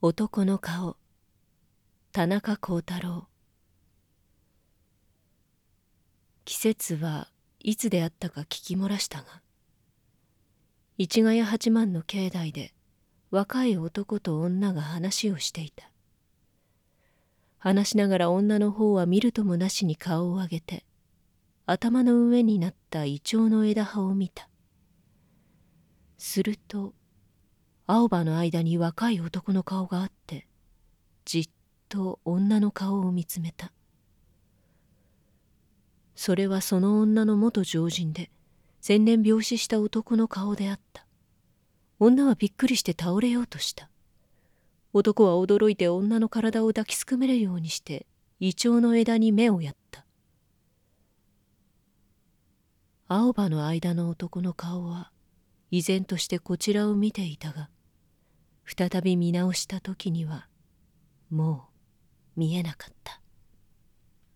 男の顔、田中幸太郎。季節はいつであったか聞き漏らしたが、市ヶ谷八幡の境内で若い男と女が話をしていた。話しながら女の方は見るともなしに顔を上げて、頭の上になったイチョウの枝葉を見た。すると青葉の間に若い男の顔があって、じっと女の顔を見つめた。それはその女の元情人で先年病死した男の顔であった。女はびっくりして倒れようとした。男は驚いて女の体を抱きすくめるようにしてイチョウの枝に目をやった。青葉の間の男の顔は依然としてこちらを見ていたが、再び見直した時にはもう見えなかった。